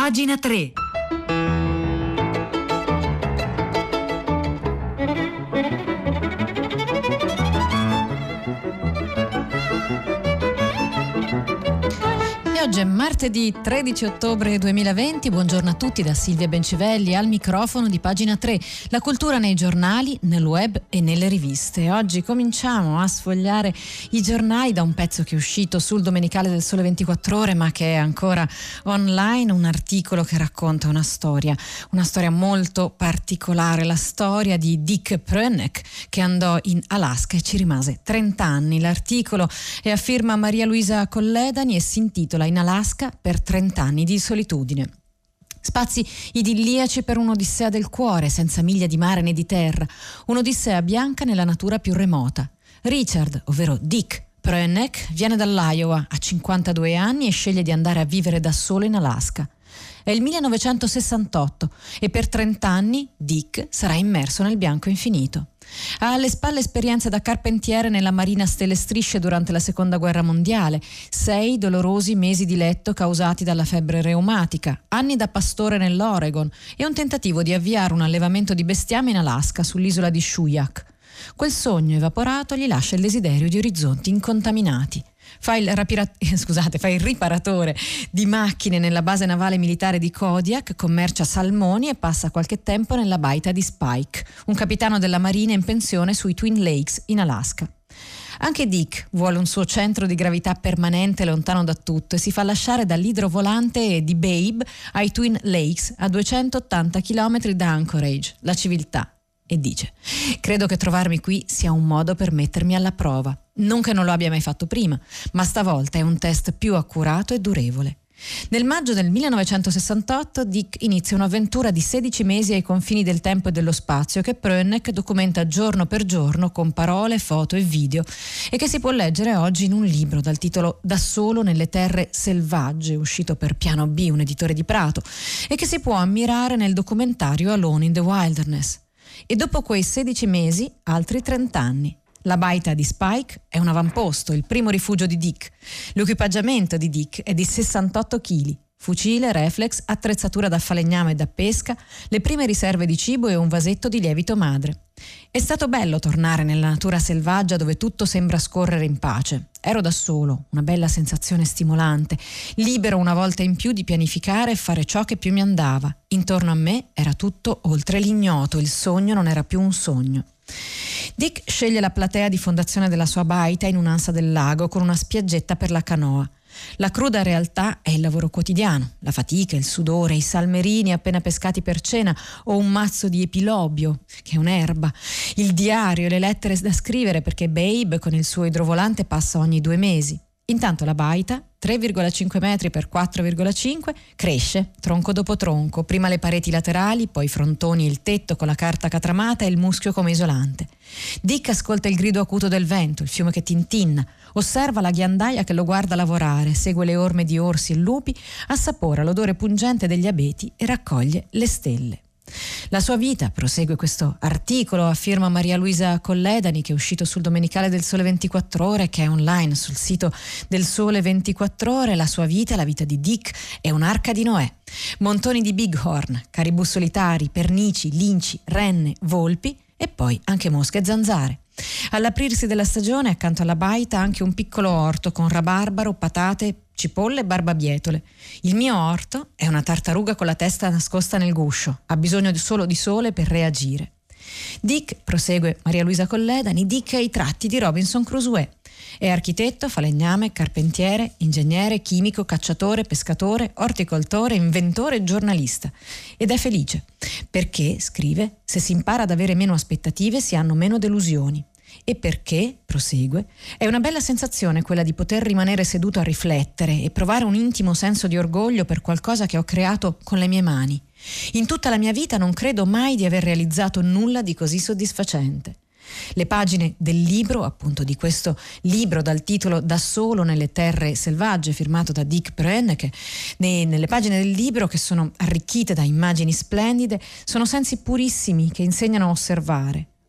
Pagina 3. Oggi è martedì 13 ottobre 2020, buongiorno a tutti da Silvia Bencivelli al microfono di Pagina 3, la cultura nei giornali, nel web e nelle riviste. Oggi cominciamo a sfogliare i giornali da un pezzo che è uscito sul Domenicale del Sole 24 Ore ma che è ancora online, un articolo che racconta una storia molto particolare, la storia di Dick Proenneke che andò in Alaska e ci rimase 30 anni. L'articolo è a firma Maria Luisa Colledani e si intitola In Alaska per 30 anni di solitudine. Spazi idilliaci per un'odissea del cuore, senza miglia di mare né di terra, un'odissea bianca nella natura più remota. Richard, ovvero Dick Proenneke, viene dall'Iowa, ha 52 anni e sceglie di andare a vivere da solo in Alaska. È il 1968 e per 30 anni Dick sarà immerso nel bianco infinito. Ha alle spalle esperienze da carpentiere nella Marina Stelle Strisce durante la Seconda Guerra Mondiale, 6 dolorosi mesi di letto causati dalla febbre reumatica, anni da pastore nell'Oregon e un tentativo di avviare un allevamento di bestiame in Alaska sull'isola di Shuyak. Quel sogno evaporato gli lascia il desiderio di orizzonti incontaminati. Fa il riparatore di macchine nella base navale militare di Kodiak, commercia salmoni e passa qualche tempo nella baita di Spike, un capitano della marina in pensione sui Twin Lakes in Alaska. Anche Dick vuole un suo centro di gravità permanente lontano da tutto e si fa lasciare dall'idrovolante di Babe ai Twin Lakes a 280 km da Anchorage, la civiltà. E dice: credo che trovarmi qui sia un modo per mettermi alla prova. Non che non lo abbia mai fatto prima, ma stavolta è un test più accurato e durevole. Nel maggio del 1968 Dick inizia un'avventura di 16 mesi ai confini del tempo e dello spazio che Proenneke documenta giorno per giorno con parole, foto e video e che si può leggere oggi in un libro dal titolo Da solo nelle terre selvagge, uscito per Piano B, un editore di Prato, e che si può ammirare nel documentario Alone in the Wilderness. E dopo quei 16 mesi, altri 30 anni. La baita di Spike è un avamposto, il primo rifugio di Dick. L'equipaggiamento di Dick è di 68 kg. Fucile, reflex, attrezzatura da falegname e da pesca, le prime riserve di cibo e un vasetto di lievito madre. È stato bello tornare nella natura selvaggia dove tutto sembra scorrere in pace. Ero da solo, una bella sensazione stimolante, libero una volta in più di pianificare e fare ciò che più mi andava. Intorno a me era tutto oltre l'ignoto, il sogno non era più un sogno. Dick sceglie la platea di fondazione della sua baita in un'ansa del lago con una spiaggetta per la canoa. La cruda realtà è il lavoro quotidiano, la fatica, il sudore, i salmerini appena pescati per cena o un mazzo di epilobio, che è un'erba, il diario e le lettere da scrivere perché Babe con il suo idrovolante passa ogni 2 mesi. Intanto la baita, 3,5 metri per 4,5, cresce tronco dopo tronco, prima le pareti laterali, poi i frontoni e il tetto con la carta catramata e il muschio come isolante. Dick ascolta il grido acuto del vento, il fiume che tintinna, osserva la ghiandaia che lo guarda lavorare, segue le orme di orsi e lupi, assapora l'odore pungente degli abeti e raccoglie le stelle. La sua vita, prosegue questo articolo a firma Maria Luisa Colledani che è uscito sul Domenicale del Sole 24 Ore, che è online sul sito del Sole 24 Ore, la sua vita, la vita di Dick, è un'arca di Noè. Montoni di bighorn, caribù solitari, pernici, linci, renne, volpi e poi anche mosche e zanzare. All'aprirsi della stagione, accanto alla baita, anche un piccolo orto con rabarbaro, patate, cipolle e barbabietole. Il mio orto è una tartaruga con la testa nascosta nel guscio, ha bisogno solo di sole per reagire. Dick, prosegue Maria Luisa Colledani, Dick ha i tratti di Robinson Crusoe. È architetto, falegname, carpentiere, ingegnere, chimico, cacciatore, pescatore, orticoltore, inventore e giornalista. Ed è felice, perché, scrive, se si impara ad avere meno aspettative si hanno meno delusioni. E perché, prosegue, è una bella sensazione quella di poter rimanere seduto a riflettere e provare un intimo senso di orgoglio per qualcosa che ho creato con le mie mani. In tutta la mia vita non credo mai di aver realizzato nulla di così soddisfacente. Le pagine del libro, appunto di questo libro dal titolo Da solo nelle terre selvagge, firmato da Dick Proenneke, nelle pagine del libro, che sono arricchite da immagini splendide, sono sensi purissimi che insegnano a osservare.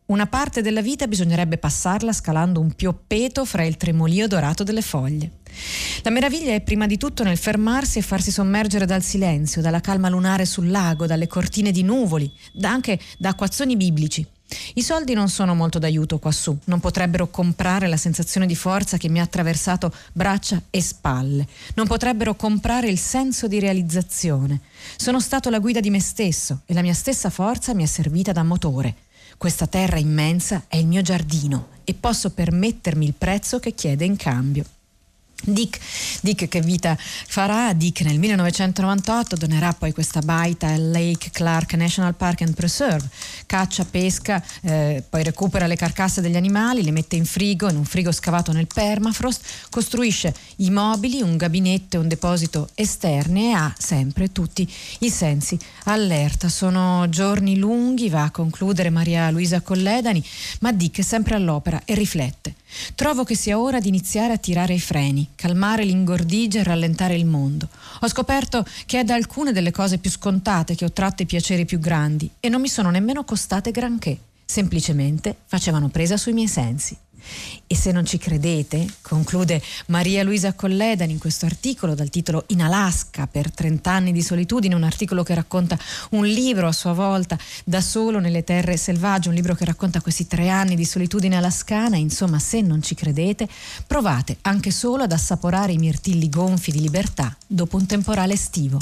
Una parte della vita bisognerebbe passarla scalando un pioppeto fra il tremolio dorato delle foglie. La meraviglia è prima di tutto nel fermarsi e farsi sommergere dal silenzio, dalla calma lunare sul lago, dalle cortine di nuvoli, anche da acquazzoni biblici. I soldi non sono molto d'aiuto quassù, non potrebbero comprare la sensazione di forza che mi ha attraversato braccia e spalle, non potrebbero comprare il senso di realizzazione. Sono stato la guida di me stesso e la mia stessa forza mi è servita da motore. Questa terra immensa è il mio giardino e posso permettermi il prezzo che chiede in cambio. Dick che vita farà? Dick nel 1998 donerà poi questa baita al Lake Clark National Park and Preserve, caccia, pesca, poi recupera le carcasse degli animali, le mette in un frigo scavato nel permafrost, costruisce i mobili, un gabinetto e un deposito esterni e ha sempre tutti i sensi allerta. Sono giorni lunghi, va a concludere Maria Luisa Colledani, ma Dick è sempre all'opera e riflette. Trovo che sia ora di iniziare a tirare i freni, calmare l'ingordigia e rallentare il mondo. Ho scoperto che è da alcune delle cose più scontate che ho tratto i piaceri più grandi e non mi sono nemmeno costate granché, semplicemente facevano presa sui miei sensi. E se non ci credete, conclude Maria Luisa Colledani in questo articolo dal titolo In Alaska per 30 anni di solitudine, un articolo che racconta un libro a sua volta, Da solo nelle terre selvagge, un libro che racconta questi 3 anni di solitudine alascana. Insomma, se non ci credete, provate anche solo ad assaporare i mirtilli gonfi di libertà dopo un temporale estivo.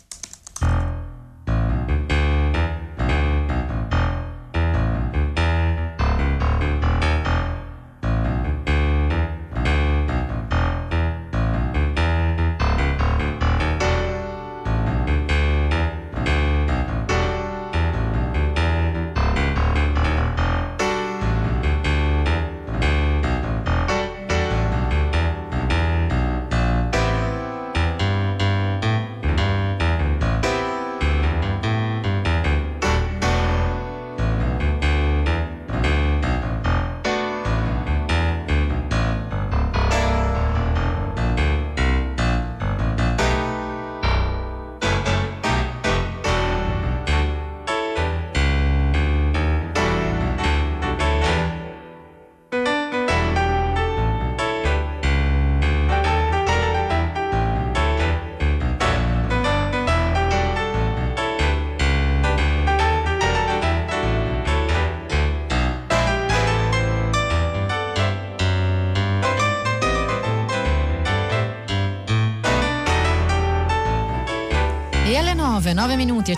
E alle 9 minuti e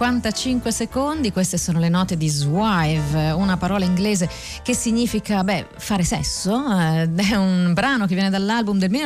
55 secondi, queste sono le note di Swive, una parola inglese che significa fare sesso. È un brano che viene dall'album del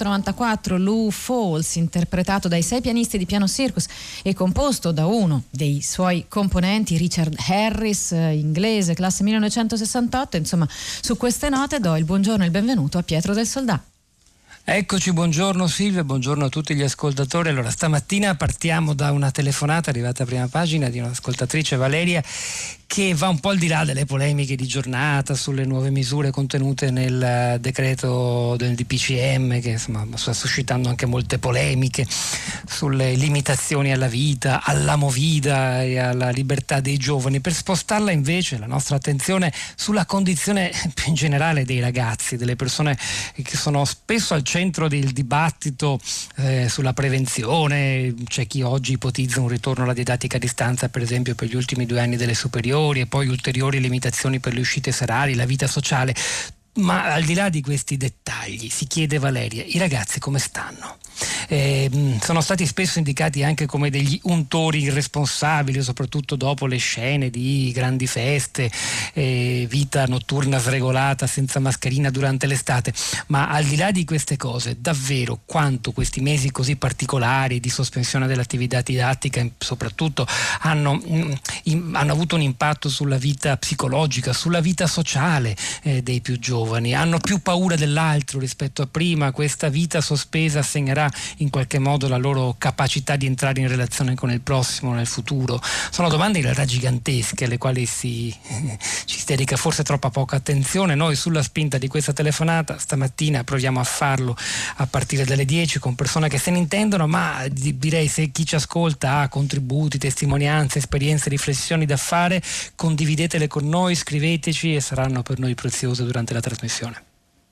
1994 Lou Falls, interpretato dai 6 pianisti di Piano Circus e composto da uno dei suoi componenti, Richard Harris, inglese, classe 1968. Insomma, su queste note do il buongiorno e il benvenuto a Pietro del Soldà. Eccoci, buongiorno Silvia, buongiorno a tutti gli ascoltatori. Allora, stamattina partiamo da una telefonata arrivata a prima pagina di un'ascoltatrice, Valeria, che va un po' al di là delle polemiche di giornata sulle nuove misure contenute nel decreto del DPCM, che insomma sta suscitando anche molte polemiche sulle limitazioni alla vita, alla movida e alla libertà dei giovani, per spostarla invece la nostra attenzione sulla condizione più in generale dei ragazzi, delle persone che sono spesso al centro del dibattito sulla prevenzione. C'è chi oggi ipotizza un ritorno alla didattica a distanza, per esempio per gli ultimi 2 anni delle superiori, e poi ulteriori limitazioni per le uscite serali, la vita sociale. Ma al di là di questi dettagli, si chiede, Valeria, i ragazzi come stanno? Sono stati spesso indicati anche come degli untori irresponsabili, soprattutto dopo le scene di grandi feste, vita notturna sregolata senza mascherina durante l'estate. Ma al di là di queste cose, davvero quanto questi mesi così particolari di sospensione dell'attività didattica soprattutto hanno avuto un impatto sulla vita psicologica, sulla vita sociale dei più giovani? giovani, hanno più paura dell'altro rispetto a prima. Questa vita sospesa segnerà in qualche modo la loro capacità di entrare in relazione con il prossimo nel futuro. Sono domande in realtà gigantesche alle quali ci si dedica forse troppa poca attenzione. Noi sulla spinta di questa telefonata stamattina proviamo a farlo a partire dalle 10 con persone che se ne intendono, ma direi, se chi ci ascolta ha contributi, testimonianze, esperienze, riflessioni da fare, condividetele con noi, scriveteci e saranno per noi preziose durante la trasmissione.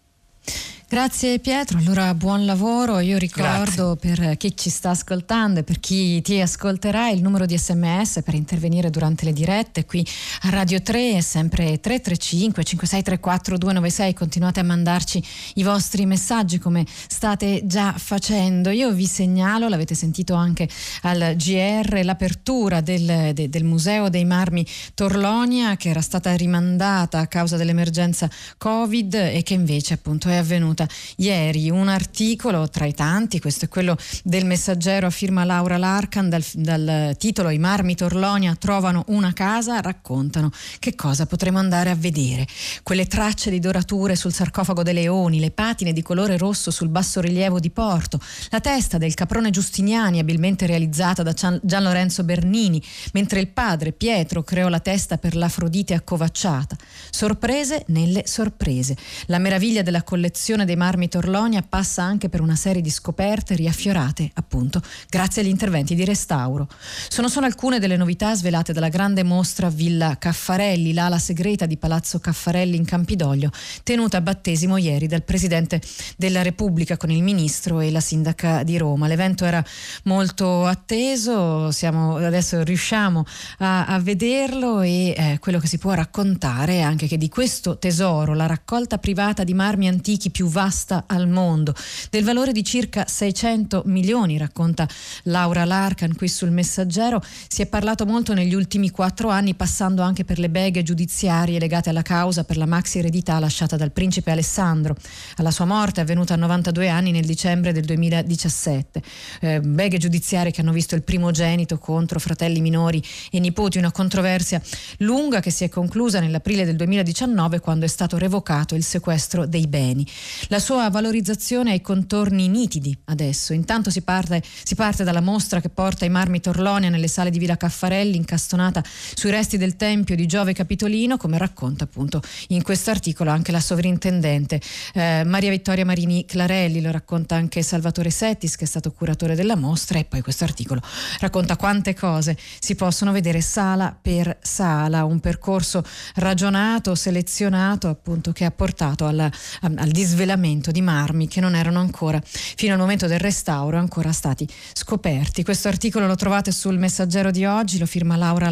Grazie Pietro, allora buon lavoro. Io ricordo per chi ci sta ascoltando e per chi ti ascolterà il numero di SMS per intervenire durante le dirette qui a Radio 3 è sempre 335 5634 296. Continuate a mandarci i vostri messaggi come state già facendo. Io vi segnalo, l'avete sentito anche al GR, l'apertura del Museo dei Marmi Torlonia, che era stata rimandata a causa dell'emergenza Covid e che invece appunto è avvenuta ieri. Un articolo tra i tanti, questo è quello del Messaggero a firma Laura Larkan, dal titolo "I marmi Torlonia trovano una casa", raccontano che cosa potremo andare a vedere: quelle tracce di dorature sul sarcofago dei leoni, le patine di colore rosso sul bassorilievo di Porto, la testa del caprone Giustiniani abilmente realizzata da Gian Lorenzo Bernini, mentre il padre Pietro creò la testa per l'Afrodite accovacciata. Sorprese nelle sorprese. La meraviglia della collezione dei marmi Torlonia passa anche per una serie di scoperte riaffiorate appunto grazie agli interventi di restauro. Sono solo alcune delle novità svelate dalla grande mostra Villa Caffarelli, l'ala segreta di Palazzo Caffarelli in Campidoglio, tenuta a battesimo ieri dal Presidente della Repubblica con il Ministro e la Sindaca di Roma. L'evento era molto atteso, adesso riusciamo a vederlo e quello che si può raccontare è anche che di questo tesoro, la raccolta privata di marmi antichi più vasta al mondo, del valore di circa 600 milioni, racconta Laura Larkan qui sul Messaggero, si è parlato molto negli ultimi 4 anni, passando anche per le beghe giudiziarie legate alla causa per la maxi eredità lasciata dal principe Alessandro alla sua morte avvenuta a 92 anni nel dicembre del 2017. Beghe giudiziarie che hanno visto il primogenito contro fratelli minori e nipoti, una controversia lunga che si è conclusa nell'aprile del 2019 quando è stato revocato il sequestro dei beni. La sua valorizzazione ha i contorni nitidi adesso. Intanto si parte dalla mostra che porta i marmi Torlonia nelle sale di Villa Caffarelli, incastonata sui resti del tempio di Giove Capitolino, come racconta appunto in questo articolo anche la sovrintendente Maria Vittoria Marini Clarelli. Lo racconta anche Salvatore Settis, che è stato curatore della mostra, e poi questo articolo racconta quante cose si possono vedere sala per sala, un percorso ragionato, selezionato appunto, che ha portato al disvelamento di marmi che non erano ancora, fino al momento del restauro, ancora stati scoperti. Questo articolo lo trovate sul Messaggero di oggi, lo firma Laura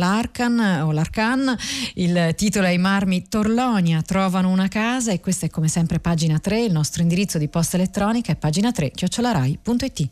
Larkan, il titolo è "I marmi Torlonia trovano una casa", e questa è come sempre pagina 3, il nostro indirizzo di posta elettronica è pagina3@rai.it.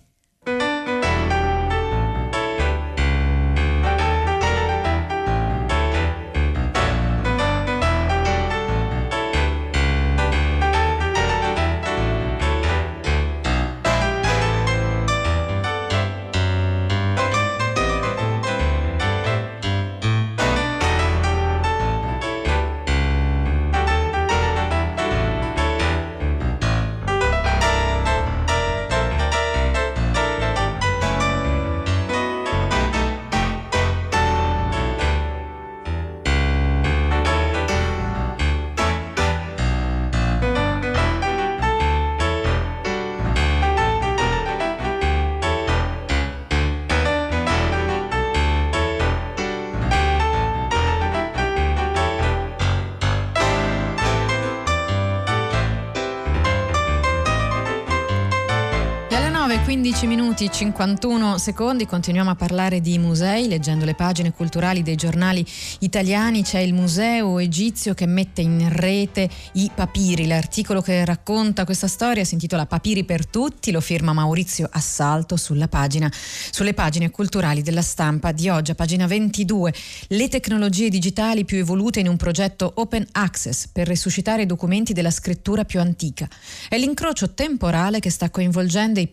Alle 15 minuti 51 secondi continuiamo a parlare di musei, leggendo le pagine culturali dei giornali italiani. C'è il museo egizio che mette in rete i papiri. L'articolo che racconta questa storia si intitola "Papiri per tutti", lo firma Maurizio Assalto sulle pagine culturali della Stampa di oggi. A pagina 22, le tecnologie digitali più evolute in un progetto open access per resuscitare i documenti della scrittura più antica. È l'incrocio temporale che sta coinvolgendo i papiri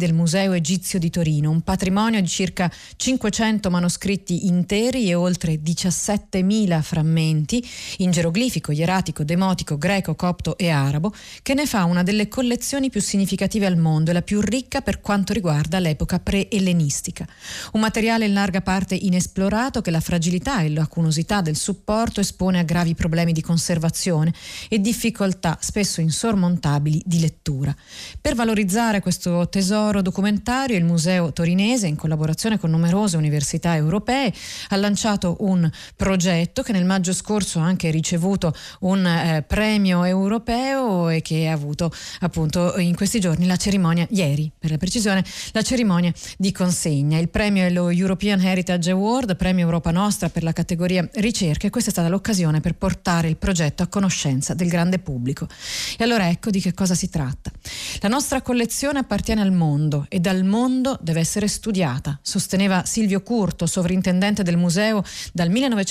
del Museo Egizio di Torino, un patrimonio di circa 500 manoscritti interi e oltre 17.000 frammenti in geroglifico, ieratico, demotico, greco, copto e arabo, che ne fa una delle collezioni più significative al mondo e la più ricca per quanto riguarda l'epoca pre-ellenistica. Un materiale in larga parte inesplorato che la fragilità e lacunosità del supporto espone a gravi problemi di conservazione e difficoltà spesso insormontabili di lettura. Per valorizzare questo tesoro documentario, il Museo torinese, in collaborazione con numerose università europee, ha lanciato un progetto che nel maggio scorso ha anche ricevuto un premio europeo e che ha avuto appunto in questi giorni la cerimonia, ieri per la precisione, la cerimonia di consegna. Il premio è lo European Heritage Award, premio Europa Nostra per la categoria ricerca, e questa è stata l'occasione per portare il progetto a conoscenza del grande pubblico. E allora ecco di che cosa si tratta. La nostra collezione appartiene al mondo e dal mondo deve essere studiata, sosteneva Silvio Curto, sovrintendente del museo dal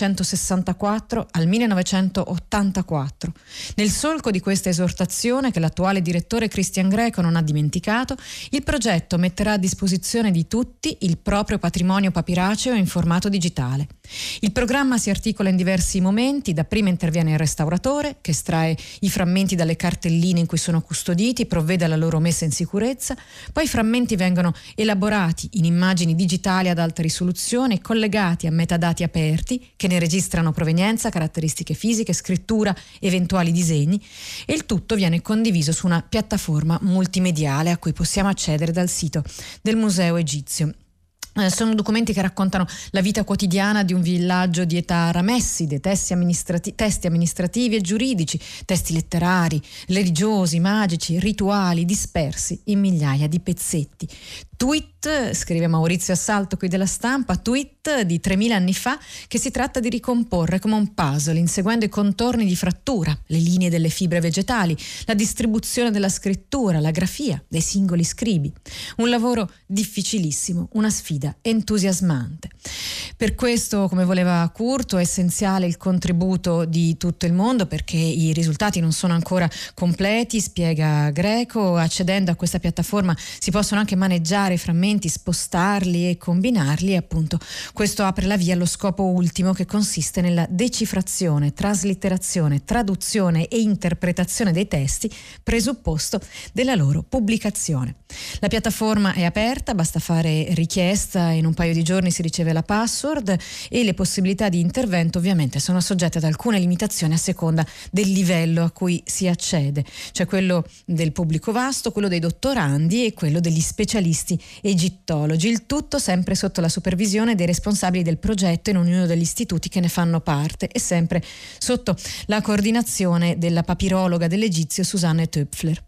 1964 al 1984. Nel solco di questa esortazione, che l'attuale direttore Cristian Greco non ha dimenticato, il progetto metterà a disposizione di tutti il proprio patrimonio papiraceo in formato digitale. Il programma si articola in diversi momenti. Dapprima interviene il restauratore, che estrae i frammenti dalle cartelline in cui sono custoditi, provvede alla loro messa in sicurezza. Poi i frammenti vengono elaborati in immagini digitali ad alta risoluzione, collegati a metadati aperti che ne registrano provenienza, caratteristiche fisiche, scrittura, eventuali disegni, e il tutto viene condiviso su una piattaforma multimediale a cui possiamo accedere dal sito del Museo Egizio. Sono documenti che raccontano la vita quotidiana di un villaggio di età ramesside, testi amministrativi e giuridici, testi letterari, religiosi, magici, rituali dispersi in migliaia di pezzetti. Tweet, scrive Maurizio Assalto qui della Stampa, tweet di 3000 anni fa, che si tratta di ricomporre come un puzzle, inseguendo i contorni di frattura, le linee delle fibre vegetali, la distribuzione della scrittura, la grafia dei singoli scribi. Un lavoro difficilissimo, una sfida entusiasmante. Per questo, come voleva Curto, è essenziale il contributo di tutto il mondo, perché i risultati non sono ancora completi, spiega Greco. Accedendo a questa piattaforma si possono anche maneggiare i frammenti, spostarli e combinarli, e appunto questo apre la via allo scopo ultimo, che consiste nella decifrazione, traslitterazione, traduzione e interpretazione dei testi, presupposto della loro pubblicazione. La piattaforma è aperta, basta fare richiesta, in un paio di giorni si riceve la password, e le possibilità di intervento ovviamente sono soggette ad alcune limitazioni a seconda del livello a cui si accede, cioè quello del pubblico vasto, quello dei dottorandi e quello degli specialisti egittologi, il tutto sempre sotto la supervisione dei responsabili del progetto in ognuno degli istituti che ne fanno parte, e sempre sotto la coordinazione della papirologa dell'Egizio Susanne Töpfer.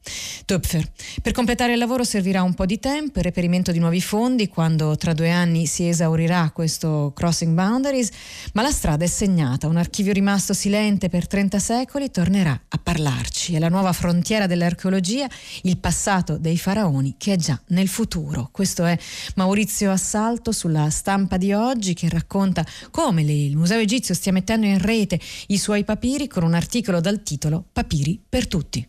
Per completare il lavoro servirà un po' di tempo e reperimento di nuovi fondi quando tra 2 anni si esaurirà questo Crossing Boundaries, ma la strada è segnata. Un archivio rimasto silente per 30 secoli tornerà a parlarci. È la nuova frontiera dell'archeologia, il passato dei faraoni che è già nel futuro. Questo è Maurizio Assalto sulla Stampa di oggi, che racconta come il Museo Egizio stia mettendo in rete i suoi papiri con un articolo dal titolo Papiri per tutti.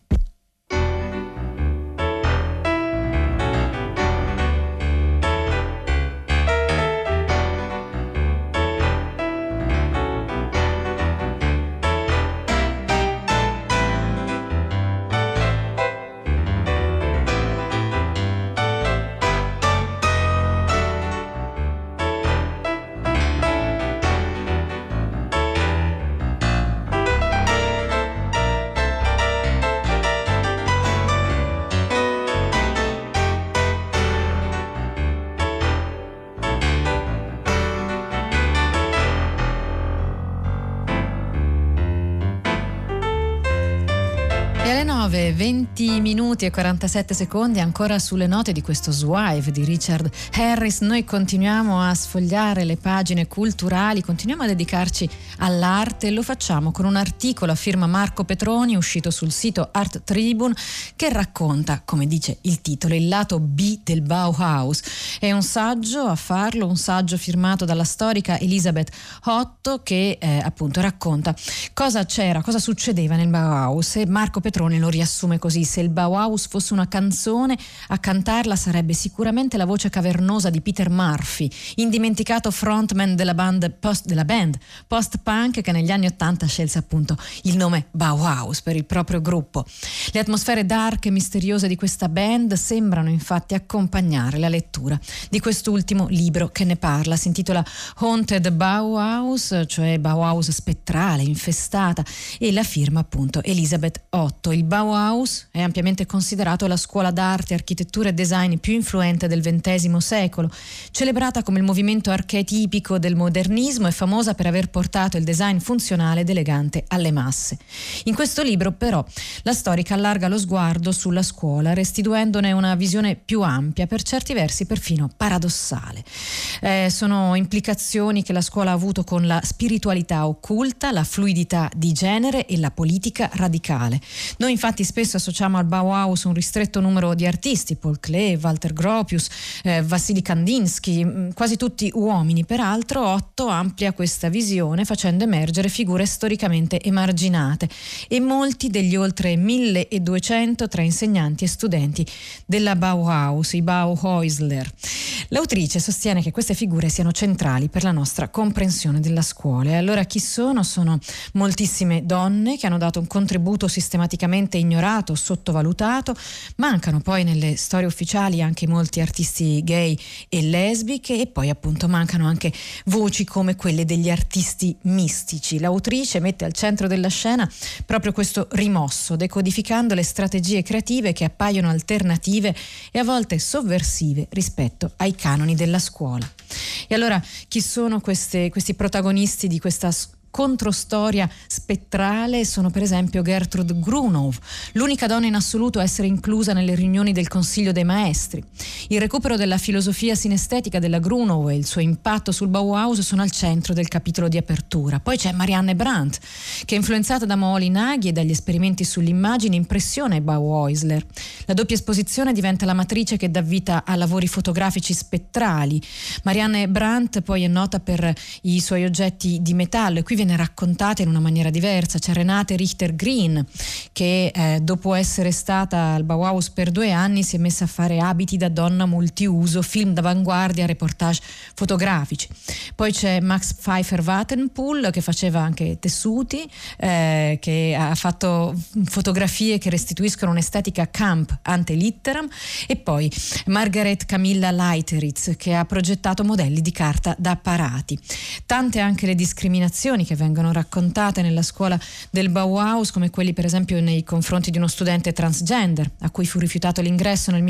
E alle 9, 20 minuti e 47 secondi, ancora sulle note di questo Zwive di Richard Harris, noi continuiamo a sfogliare le pagine culturali, continuiamo a dedicarci all'arte, e lo facciamo con un articolo a firma Marco Petroni uscito sul sito Art Tribune, che racconta, come dice il titolo, il lato B del Bauhaus. È un saggio a farlo, un saggio firmato dalla storica Elisabeth Otto, che appunto racconta cosa c'era, cosa succedeva nel Bauhaus, e Marco Petroni lo riassume riassume così: se il Bauhaus fosse una canzone, a cantarla sarebbe sicuramente la voce cavernosa di Peter Murphy, indimenticato frontman della band post-punk che negli anni '80 scelse appunto il nome Bauhaus per il proprio gruppo. Le atmosfere dark e misteriose di questa band sembrano infatti accompagnare la lettura di quest'ultimo libro che ne parla. Si intitola Haunted Bauhaus, cioè Bauhaus spettrale, infestata, e la firma appunto Elisabeth Otto. Il Bauhaus è ampiamente considerato la scuola d'arte, architettura e design più influente del XX secolo, celebrata come il movimento archetipico del modernismo e famosa per aver portato il design funzionale ed elegante alle masse. In questo libro però la storica allarga lo sguardo sulla scuola, restituendone una visione più ampia, per certi versi perfino paradossale. Sono implicazioni che la scuola ha avuto con la spiritualità occulta, la fluidità di genere e la politica radicale. Noi infatti spesso associamo al Bauhaus un ristretto numero di artisti: Paul Klee, Walter Gropius, Vassili Kandinsky, quasi tutti uomini. Peraltro Otto amplia questa visione facendo emergere figure storicamente emarginate e molti degli oltre 1200 tra insegnanti e studenti della Bauhaus, i Bauhäusler. L'autrice sostiene che queste figure siano centrali per la nostra comprensione della scuola. E allora chi sono? Sono moltissime donne che hanno dato un contributo sistematicamente ignorato, sottovalutato. Mancano poi nelle storie ufficiali anche molti artisti gay e lesbiche, e poi appunto mancano anche voci come quelle degli artisti mistici. L'autrice mette al centro della scena proprio questo rimosso, decodificando le strategie creative che appaiono alternative e a volte sovversive rispetto ai canoni della scuola. E allora chi sono questi protagonisti di questa controstoria spettrale? Sono per esempio Gertrude Grunow, l'unica donna in assoluto a essere inclusa nelle riunioni del Consiglio dei Maestri. Il recupero della filosofia sinestetica della Grunow e il suo impatto sul Bauhaus sono al centro del capitolo di apertura. Poi c'è Marianne Brandt, che influenzata da Moholy Nagy e dagli esperimenti sull'immagine impressiona i Bauhäusler. La doppia esposizione diventa la matrice che dà vita a lavori fotografici spettrali. Marianne Brandt poi è nota per i suoi oggetti di metallo, e qui viene raccontata in una maniera diversa. C'è Renate Richter-Green che dopo essere stata al Bauhaus per 2 anni si è messa a fare abiti da donna multiuso, film d'avanguardia, reportage fotografici. Poi c'è Max Pfeiffer-Watenpool che faceva anche tessuti, che ha fatto fotografie che restituiscono un'estetica camp ante litteram, e poi Margaret Camilla Leiteritz che ha progettato modelli di carta da apparati. Tante anche le discriminazioni che vengono raccontate nella scuola del Bauhaus, come quelli per esempio nei confronti di uno studente transgender a cui fu rifiutato l'ingresso nel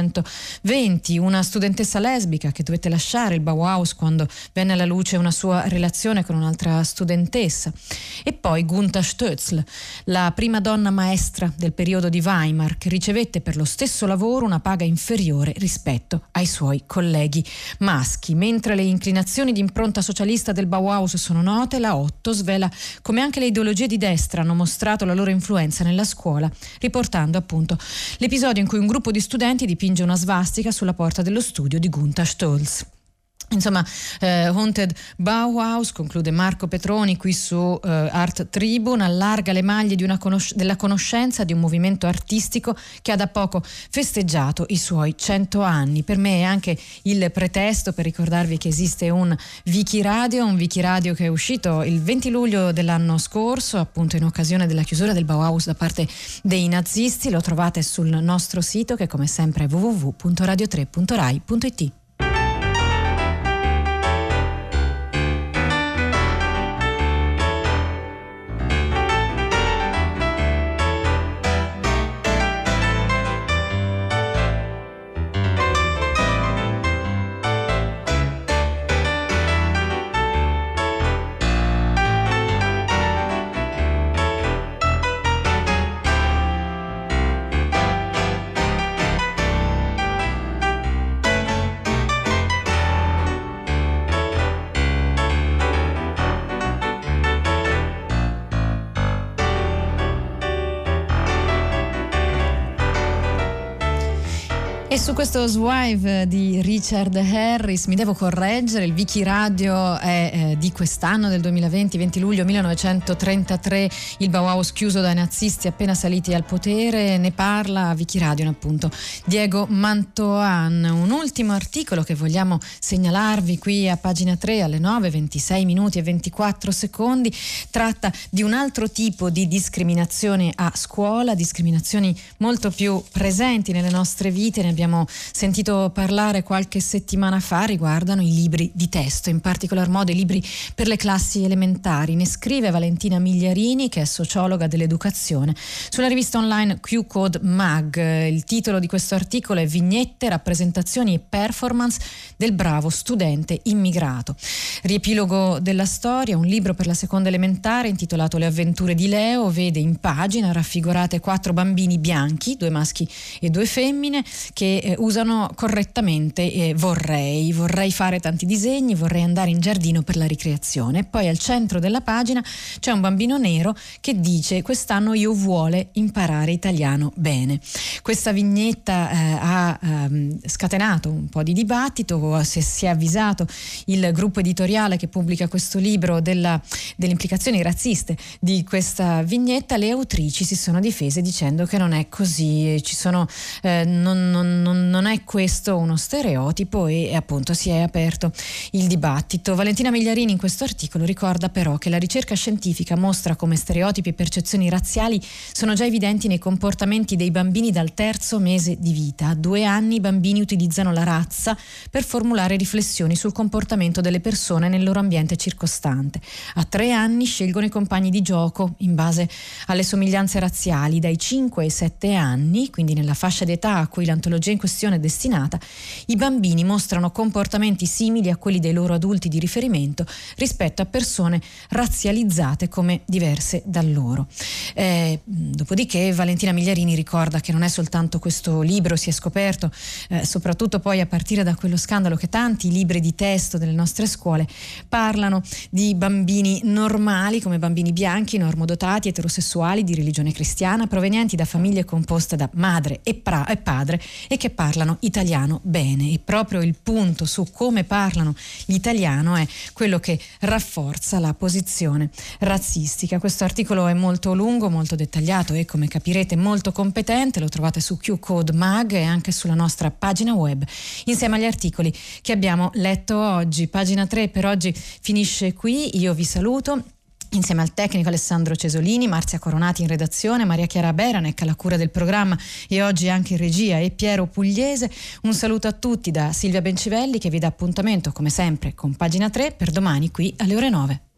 1920, una studentessa lesbica che dovette lasciare il Bauhaus quando venne alla luce una sua relazione con un'altra studentessa, e poi Gunther Stötzl, la prima donna maestra del periodo di Weimar, che ricevette per lo stesso lavoro una paga inferiore rispetto ai suoi colleghi maschi. Mentre le inclinazioni di impronta socialista del Bauhaus sono note, la Otto svela come anche le ideologie di destra hanno mostrato la loro influenza nella scuola, riportando appunto l'episodio in cui un gruppo di studenti dipinge una svastica sulla porta dello studio di Gunther Stötzl. Insomma, Haunted Bauhaus, conclude Marco Petroni qui su Art Tribune, allarga le maglie della conoscenza di un movimento artistico che ha da poco festeggiato i suoi 100 anni. Per me è anche il pretesto per ricordarvi che esiste un Wikiradio che è uscito il 20 luglio dell'anno scorso, appunto in occasione della chiusura del Bauhaus da parte dei nazisti. Lo trovate sul nostro sito, che come sempre è www.radio3.rai.it. E su questo Swive di Richard Harris mi devo correggere, il Wikiradio è di quest'anno, del 2020, 20 luglio 1933, il Bauhaus chiuso dai nazisti appena saliti al potere. Ne parla a Wikiradio appunto Diego Mantoan. Un ultimo articolo che vogliamo segnalarvi qui a pagina 3 alle 9, 26 minuti e 24 secondi tratta di un altro tipo di discriminazione a scuola, discriminazioni molto più presenti nelle nostre vite. Ne abbiamo sentito parlare qualche settimana fa, riguardano i libri di testo, in particolar modo i libri per le classi elementari. Ne scrive Valentina Migliarini, che è sociologa dell'educazione, sulla rivista online Q-Code Mag. Il titolo di questo articolo è Vignette, rappresentazioni e performance del bravo studente immigrato. Riepilogo della storia: un libro per la seconda elementare intitolato Le avventure di Leo vede in pagina raffigurate 4 bambini bianchi, 2 maschi e 2 femmine, che usano correttamente vorrei fare tanti disegni, vorrei andare in giardino per la ricreazione. Poi al centro della pagina c'è un bambino nero che dice: quest'anno io vuole imparare italiano bene. Questa vignetta ha scatenato un po' di dibattito. Si è avvisato il gruppo editoriale che pubblica questo libro delle implicazioni razziste di questa vignetta. Le autrici si sono difese dicendo che non è così, non è questo uno stereotipo, e appunto si è aperto il dibattito. Valentina Migliarini in questo articolo ricorda però che la ricerca scientifica mostra come stereotipi e percezioni razziali sono già evidenti nei comportamenti dei bambini dal 3° mese di vita. A 2 anni i bambini utilizzano la razza per formulare riflessioni sul comportamento delle persone nel loro ambiente circostante. A 3 anni scelgono i compagni di gioco in base alle somiglianze razziali. Dai 5 ai 7 anni, quindi nella fascia d'età a cui l'antologia in questione è destinata, i bambini mostrano comportamenti simili a quelli dei loro adulti di riferimento rispetto a persone razzializzate come diverse da loro. Dopodiché Valentina Migliarini ricorda che non è soltanto questo libro, si è scoperto soprattutto poi a partire da quello scandalo che tanti libri di testo delle nostre scuole parlano di bambini normali come bambini bianchi, normodotati, eterosessuali, di religione cristiana, provenienti da famiglie composte da madre e padre e che parlano italiano bene. E proprio il punto su come parlano l'italiano è quello che rafforza la posizione razzistica. Questo articolo è molto lungo, molto dettagliato e, come capirete, molto competente. Lo trovate su Q-Code Mag e anche sulla nostra pagina web, insieme agli articoli che abbiamo letto oggi. Pagina 3 per oggi finisce qui. Io vi saluto insieme al tecnico Alessandro Cesolini, Marzia Coronati in redazione, Maria Chiara Beranec alla cura del programma e oggi anche in regia, e Piero Pugliese. Un saluto a tutti da Silvia Bencivelli, che vi dà appuntamento come sempre con Pagina 3 per domani qui alle ore 9.